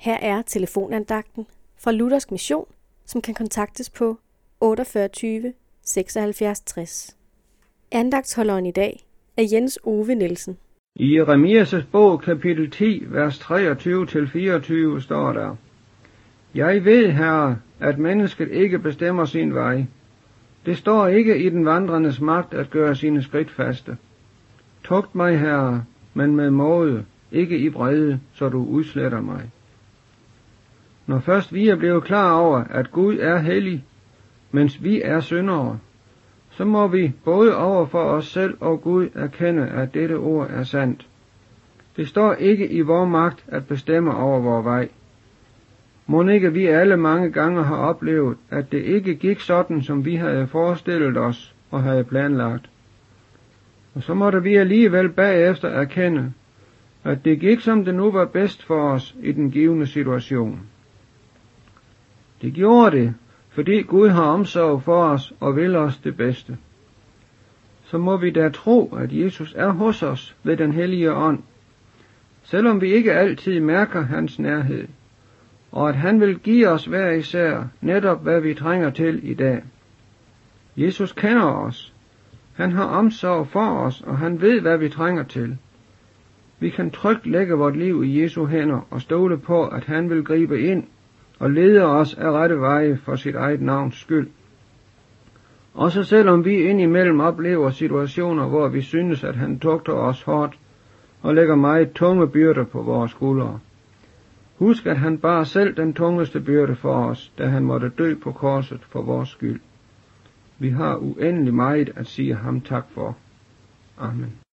Her er telefonandagten fra Luthersk Mission, som kan kontaktes på 48 76 60. Andagtsholderen i dag er Jens Ove Nielsen. I Jeremias' bog, kapitel 10, vers 23-24 står der: Jeg ved, Herre, at mennesket ikke bestemmer sin vej. Det står ikke i den vandrendes magt at gøre sine skridt faste. Tugt mig, Herre, men med måde, ikke i vrede, så du udsletter mig. Når først vi er blevet klar over, at Gud er hellig, mens vi er syndere, så må vi både over for os selv og Gud erkende, at dette ord er sandt. Det står ikke i vor magt at bestemme over vor vej. Mon ikke vi alle mange gange har oplevet, at det ikke gik sådan, som vi havde forestillet os og havde planlagt. Og så måtte vi alligevel bagefter erkende, at det gik, som det nu var bedst for os i den givne situation. Det gjorde det, fordi Gud har omsorg for os og vil os det bedste. Så må vi da tro, at Jesus er hos os ved den hellige ånd, selvom vi ikke altid mærker hans nærhed, og at han vil give os hver især netop hvad vi trænger til i dag. Jesus kender os. Han har omsorg for os, og han ved, hvad vi trænger til. Vi kan trygt lægge vort liv i Jesu hænder og stole på, at han vil gribe ind og lede os af rette veje for sit eget navns skyld. Også selvom vi indimellem oplever situationer, hvor vi synes, at han tugter os hårdt og lægger meget tunge byrder på vores skuldre. Husk, at han bar selv den tungeste byrde for os, da han måtte dø på korset for vores skyld. Vi har uendelig meget at sige ham tak for. Amen.